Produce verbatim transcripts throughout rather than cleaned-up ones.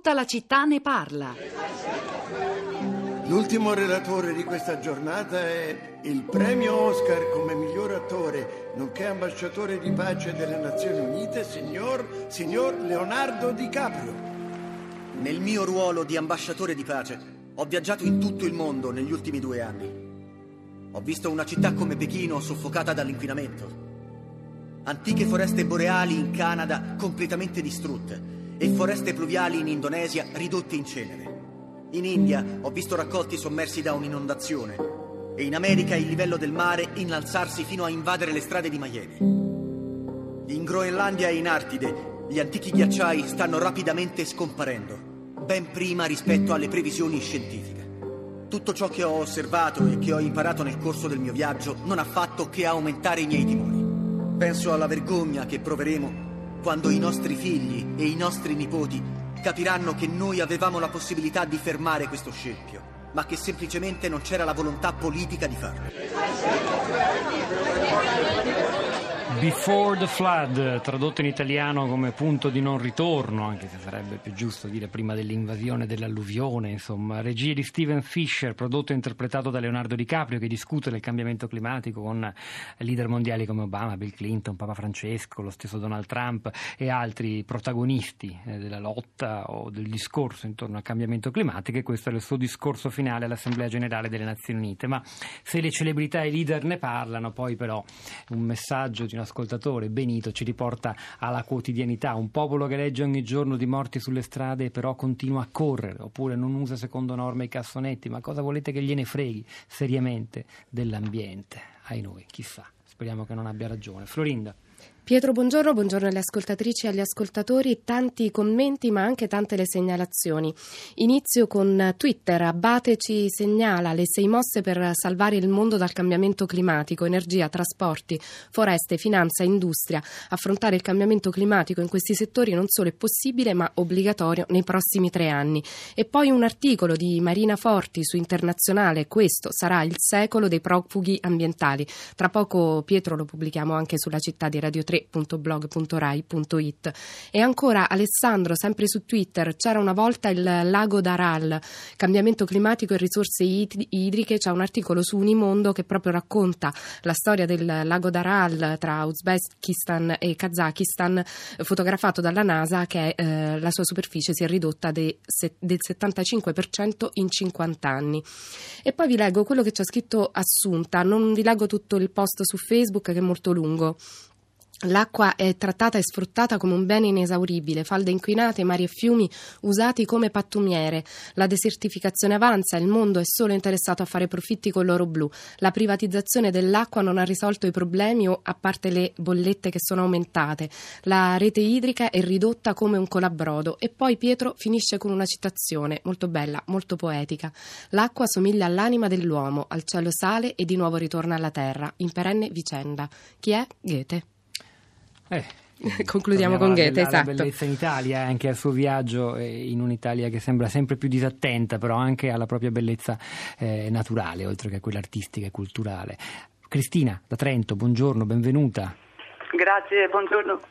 Tutta la città ne parla. L'ultimo relatore di questa giornata è il premio Oscar come miglior attore, nonché ambasciatore di pace delle Nazioni Unite, signor, signor Leonardo DiCaprio. Nel mio ruolo di ambasciatore di pace ho viaggiato in tutto il mondo negli ultimi due anni. Ho visto una città come Pechino soffocata dall'inquinamento, antiche foreste boreali in Canada completamente distrutte e foreste pluviali in Indonesia ridotte in cenere. In India ho visto raccolti sommersi da un'inondazione e in America il livello del mare innalzarsi fino a invadere le strade di Miami. In Groenlandia e in Artide gli antichi ghiacciai stanno rapidamente scomparendo, ben prima rispetto alle previsioni scientifiche. Tutto ciò che ho osservato e che ho imparato nel corso del mio viaggio non ha fatto che aumentare i miei timori. Penso alla vergogna che proveremo quando i nostri figli e i nostri nipoti capiranno che noi avevamo la possibilità di fermare questo scempio, ma che semplicemente non c'era la volontà politica di farlo. Before the Flood, tradotto in italiano come punto di non ritorno, anche se sarebbe più giusto dire prima dell'invasione dell'alluvione, insomma. Regia di Steven Fisher, prodotto e interpretato da Leonardo DiCaprio, che discute del cambiamento climatico con leader mondiali come Obama, Bill Clinton, Papa Francesco, lo stesso Donald Trump e altri protagonisti della lotta o del discorso intorno al cambiamento climatico, e questo è il suo discorso finale all'Assemblea Generale delle Nazioni Unite. Ma se le celebrità e i leader ne parlano, poi però un messaggio di un ascoltatore, Benito, ci riporta alla quotidianità. Un popolo che legge ogni giorno di morti sulle strade e però continua a correre, oppure non usa secondo norme i cassonetti. Ma cosa volete che gliene freghi seriamente dell'ambiente? Ai noi, chissà, speriamo che non abbia ragione. Florinda. Pietro, buongiorno, buongiorno alle ascoltatrici e agli ascoltatori, tanti commenti ma anche tante le segnalazioni. Inizio con Twitter. Abate ci segnala le sei mosse per salvare il mondo dal cambiamento climatico: energia, trasporti, foreste, finanza, industria. Affrontare il cambiamento climatico in questi settori non solo è possibile ma obbligatorio nei prossimi tre anni. E poi un articolo di Marina Forti su Internazionale: questo sarà il secolo dei profughi ambientali. Tra poco, Pietro, lo pubblichiamo anche sulla città di radio tre punto blog punto rai punto it. E ancora Alessandro, sempre su Twitter: c'era una volta il lago d'Aral, cambiamento climatico e risorse idriche. C'è un articolo su Unimondo che proprio racconta la storia del lago d'Aral tra Uzbekistan e Kazakistan, fotografato dalla NASA, che eh, la sua superficie si è ridotta de, se, del settantacinque per cento in cinquanta anni. E poi vi leggo quello che ci ha scritto Assunta. Non vi leggo tutto il post su Facebook, che è molto lungo. L'acqua è trattata e sfruttata come un bene inesauribile, falde inquinate, mari e fiumi usati come pattumiere. La desertificazione avanza, il mondo è solo interessato a fare profitti con l'oro blu. La privatizzazione dell'acqua non ha risolto i problemi, o a parte le bollette che sono aumentate. La rete idrica è ridotta come un colabrodo. E poi Pietro finisce con una citazione molto bella, molto poetica. L'acqua somiglia all'anima dell'uomo, al cielo sale e di nuovo ritorna alla terra, in perenne vicenda. Chi è? Goethe. Eh, Concludiamo con Goethe, esatto. La bellezza in Italia, anche al suo viaggio in un'Italia che sembra sempre più disattenta, però anche alla propria bellezza eh, naturale, oltre che a quella artistica e culturale. Cristina da Trento, buongiorno, benvenuta. Grazie, buongiorno.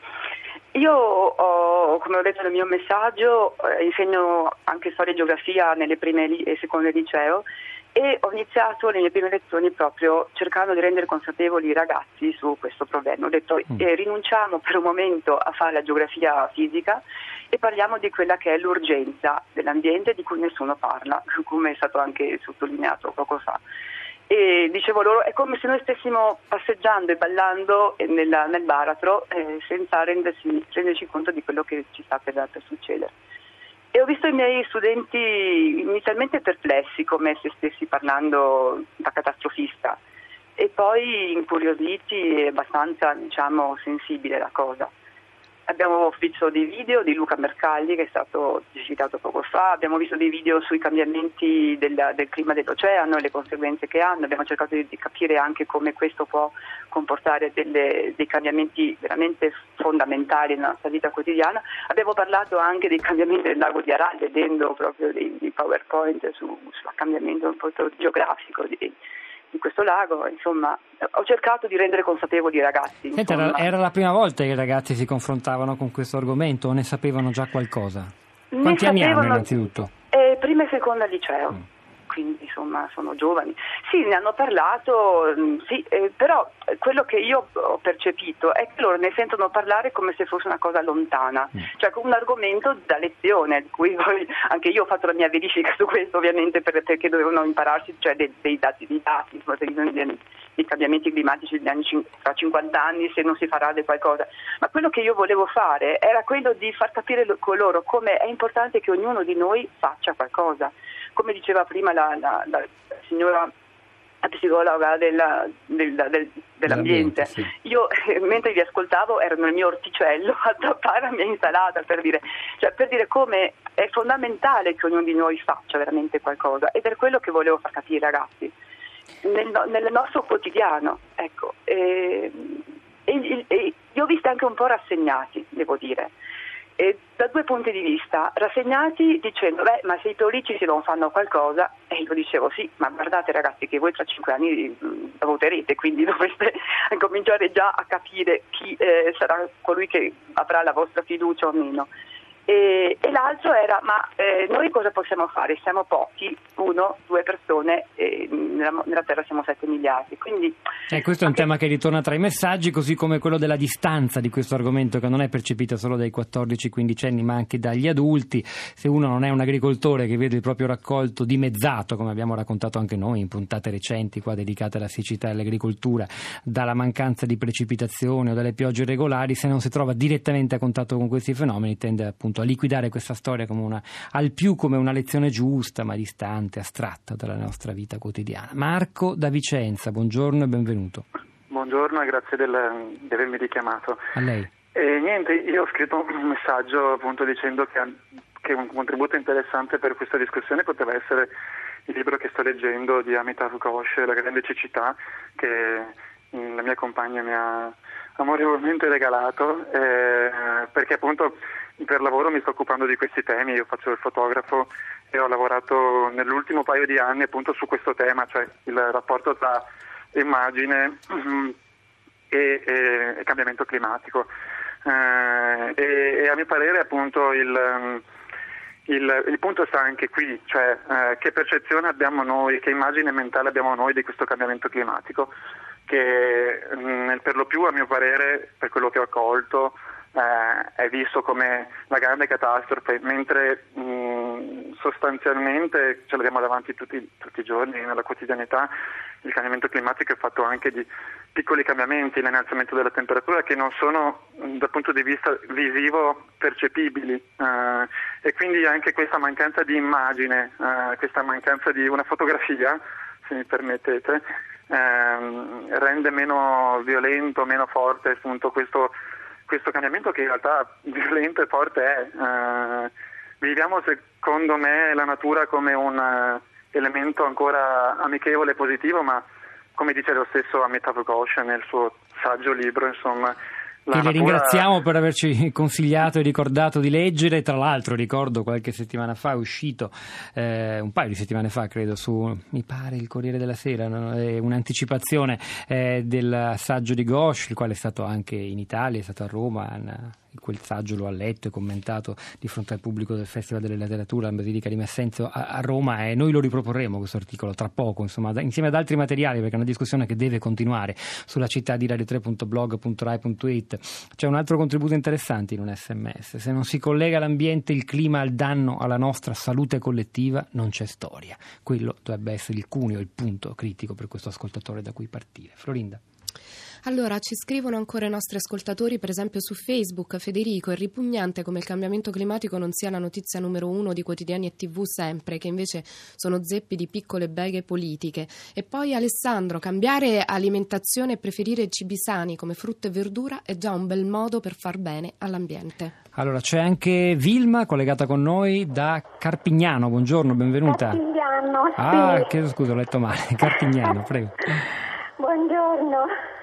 Io ho, come ho detto nel mio messaggio, eh, insegno anche storia e geografia nelle prime e seconde liceo, e ho iniziato le mie prime lezioni proprio cercando di rendere consapevoli i ragazzi su questo problema. Ho detto mm. eh, rinunciamo per un momento a fare la geografia fisica e parliamo di quella che è l'urgenza dell'ambiente, di cui nessuno parla, come è stato anche sottolineato poco fa. E dicevo loro, è come se noi stessimo passeggiando e ballando nella, nel baratro eh, senza rendersi, renderci conto di quello che ci sta per, per succedere. E ho visto i miei studenti inizialmente perplessi, come se stessi parlando da catastrofista, e poi incuriositi e abbastanza, diciamo, sensibili alla cosa. Abbiamo visto dei video di Luca Mercalli, che è stato citato poco fa, abbiamo visto dei video sui cambiamenti del, del clima dell'oceano e le conseguenze che hanno, abbiamo cercato di, di capire anche come questo può comportare delle, dei cambiamenti veramente fondamentali nella nostra vita quotidiana. Abbiamo parlato anche dei cambiamenti del lago di Aral, vedendo proprio dei, dei PowerPoint su, sul cambiamento un po' geografico di, di questo lago. Insomma, ho cercato di rendere consapevoli i ragazzi. Senta, era la prima volta che i ragazzi si confrontavano con questo argomento o ne sapevano già qualcosa? Quanti anni hanno innanzitutto? Eh, prima e seconda liceo. Mm. Quindi insomma sono giovani. Sì, ne hanno parlato, sì, eh, però quello che io ho percepito è che loro ne sentono parlare come se fosse una cosa lontana, mm. cioè un argomento da lezione, di cui poi anche io ho fatto la mia verifica su questo ovviamente per, perché dovevano impararsi, cioè dei, dei dati, dei dati insomma, dei, dei cambiamenti climatici degli anni, tra cinquanta anni, se non si farà di qualcosa. Ma quello che io volevo fare era quello di far capire con loro come è importante che ognuno di noi faccia qualcosa. Come diceva prima la, la, la signora psicologa della, del, del, dell'ambiente, sì. Io eh, mentre vi ascoltavo ero nel mio orticello a tappare la mia insalata, per dire, cioè, per dire come è fondamentale che ognuno di noi faccia veramente qualcosa, ed è quello che volevo far capire, ragazzi, nel, nel nostro quotidiano, ecco. E, e, e li ho visti anche un po' rassegnati, devo dire. E da due punti di vista, rassegnati dicendo beh, ma se i politici non fanno qualcosa, e io dicevo sì, ma guardate ragazzi che voi tra cinque anni mh, voterete, quindi dovreste cominciare già a capire chi eh, sarà colui che avrà la vostra fiducia o meno. E, e l'altro era ma eh, noi cosa possiamo fare? Siamo pochi, uno, due persone, e nella, nella Terra siamo sette miliardi. Quindi, eh, questo è un tema che ritorna tra i messaggi, così come quello della distanza di questo argomento, che non è percepita solo dai quattordici quindici ma anche dagli adulti. Se uno non è un agricoltore che vede il proprio raccolto dimezzato, come abbiamo raccontato anche noi in puntate recenti qua dedicate alla siccità e all'agricoltura, dalla mancanza di precipitazioni o dalle piogge irregolari, se non si trova direttamente a contatto con questi fenomeni tende appunto a liquidare questa storia come una, al più come una lezione giusta ma distante, astratta dalla nostra vita quotidiana. Marco da Vicenza, buongiorno e benvenuto. Buongiorno e grazie del, di avermi richiamato. A lei. E niente, io ho scritto un messaggio appunto dicendo che, che un contributo interessante per questa discussione poteva essere il libro che sto leggendo di Amitav Ghosh, La grande cecità, che la mia compagna mi ha amorevolmente regalato, eh, perché appunto per lavoro mi sto occupando di questi temi, io faccio il fotografo e ho lavorato nell'ultimo paio di anni appunto su questo tema, cioè il rapporto tra immagine mm, e, e, e cambiamento climatico. Eh, e, e a mio parere appunto il, il, il punto sta anche qui, cioè eh, che percezione abbiamo noi, che immagine mentale abbiamo noi di questo cambiamento climatico, che mh, per lo più a mio parere, per quello che ho colto, Eh, è visto come la grande catastrofe, mentre mh, sostanzialmente ce l'abbiamo davanti tutti, tutti i giorni nella quotidianità. Il cambiamento climatico è fatto anche di piccoli cambiamenti, l'innalzamento della temperatura che non sono dal punto di vista visivo percepibili, eh, e quindi anche questa mancanza di immagine, eh, questa mancanza di una fotografia, se mi permettete, eh, rende meno violento, meno forte appunto questo questo cambiamento che in realtà violento e forte è. Eh, viviamo secondo me la natura come un uh, elemento ancora amichevole e positivo, ma come dice lo stesso Amitav Ghosh nel suo saggio libro, insomma, che le ringraziamo per averci consigliato e ricordato di leggere. Tra l'altro ricordo qualche settimana fa è uscito, eh, un paio di settimane fa credo, su mi pare il Corriere della Sera, no? eh, un'anticipazione eh, del saggio di Ghosh, il quale è stato anche in Italia, è stato a Roma. Una, quel saggio lo ha letto e commentato di fronte al pubblico del Festival della Letteratura in Basilica di Messenzio a, a Roma, e noi lo riproporremo questo articolo tra poco, insomma, da, insieme ad altri materiali, perché è una discussione che deve continuare sulla città di radio tre punto blog punto rai punto it. C'è un altro contributo interessante in un sms: se non si collega l'ambiente, il clima al danno alla nostra salute collettiva, non c'è storia. Quello dovrebbe essere il cuneo, il punto critico per questo ascoltatore da cui partire. Florinda. Allora, ci scrivono ancora i nostri ascoltatori, per esempio su Facebook. Federico: è ripugnante come il cambiamento climatico non sia la notizia numero uno di quotidiani e tivù sempre, che invece sono zeppi di piccole beghe politiche. E poi Alessandro: cambiare alimentazione e preferire cibi sani come frutta e verdura è già un bel modo per far bene all'ambiente. Allora, c'è anche Vilma collegata con noi da Carpignano. Buongiorno, benvenuta. Carpignano, sì. Ah, chiedo scusa, ho letto male. Carpignano, prego. Buongiorno,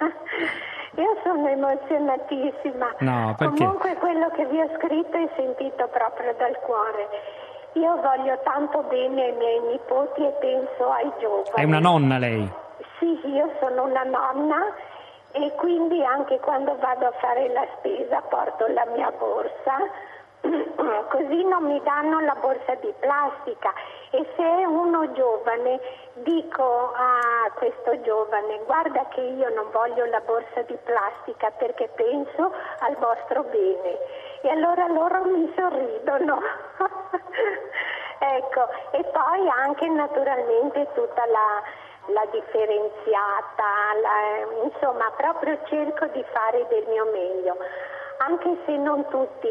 io sono emozionatissima. No, perché? Comunque quello che vi ho scritto è sentito proprio dal cuore. Io voglio tanto bene ai miei nipoti e penso ai giovani. È una nonna lei? Sì, io sono una nonna e quindi anche quando vado a fare la spesa porto la mia borsa così non mi danno la borsa di plastica. E se è uno giovane, dico a questo giovane: guarda che io non voglio la borsa di plastica perché penso al vostro bene. E allora loro mi sorridono. Ecco, e poi anche naturalmente tutta la, la differenziata, la, insomma proprio cerco di fare del mio meglio, anche se non tutti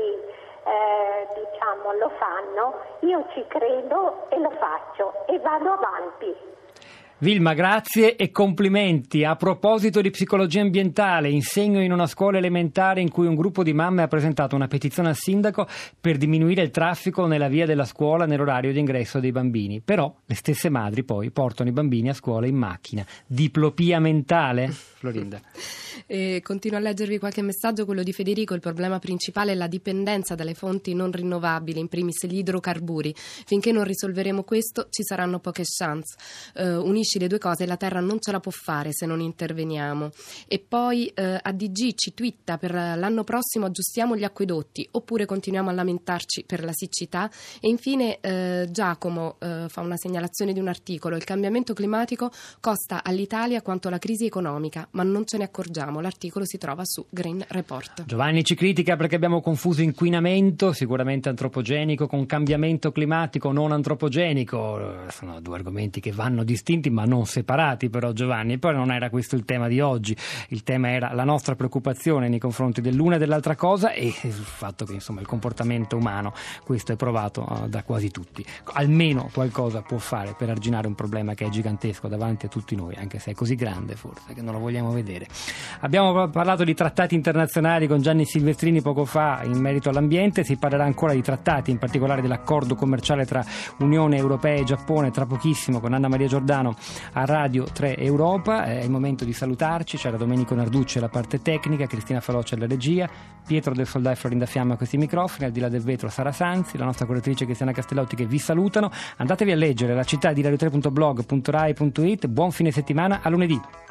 eh, diciamo lo fanno, io ci credo e lo faccio e vado avanti. Vilma, grazie e complimenti. A proposito di psicologia ambientale, insegno in una scuola elementare in cui un gruppo di mamme ha presentato una petizione al sindaco per diminuire il traffico nella via della scuola nell'orario di ingresso dei bambini. Però le stesse madri poi portano i bambini a scuola in macchina. Diplopia mentale? Florinda. E continuo a leggervi qualche messaggio, quello di Federico. Il problema principale è la dipendenza dalle fonti non rinnovabili, in primis gli idrocarburi. Finché non risolveremo questo ci saranno poche chance. Uh, unisci le due cose, la Terra non ce la può fare se non interveniamo. E poi uh, A D G ci twitta: per l'anno prossimo aggiustiamo gli acquedotti oppure continuiamo a lamentarci per la siccità. E infine uh, Giacomo uh, fa una segnalazione di un articolo: il cambiamento climatico costa all'Italia quanto la crisi economica, ma non ce ne accorgiamo. L'articolo si trova su Green Report. Giovanni ci critica perché abbiamo confuso inquinamento, sicuramente antropogenico, con cambiamento climatico non antropogenico. Sono due argomenti che vanno distinti ma non separati, però, Giovanni. E poi non era questo il tema di oggi. Il tema era la nostra preoccupazione nei confronti dell'una e dell'altra cosa e il fatto che, insomma, il comportamento umano, questo è provato uh, da quasi tutti, almeno qualcosa può fare per arginare un problema che è gigantesco davanti a tutti noi, anche se è così grande forse che non lo vogliamo vedere. Abbiamo parlato di trattati internazionali con Gianni Silvestrini poco fa in merito all'ambiente. Si parlerà ancora di trattati, in particolare dell'accordo commerciale tra Unione Europea e Giappone, tra pochissimo con Anna Maria Giordano a Radio tre Europa. È il momento di salutarci. C'era Domenico Narducci alla parte tecnica, Cristina Faloci alla regia, Pietro del Soldà e Florinda Fiamma a questi microfoni, al di là del vetro Sara Sanzi, la nostra correttrice Cristiana Castellotti, che vi salutano. Andatevi a leggere La città di radio tre punto blog punto rai punto it. Buon fine settimana, a lunedì.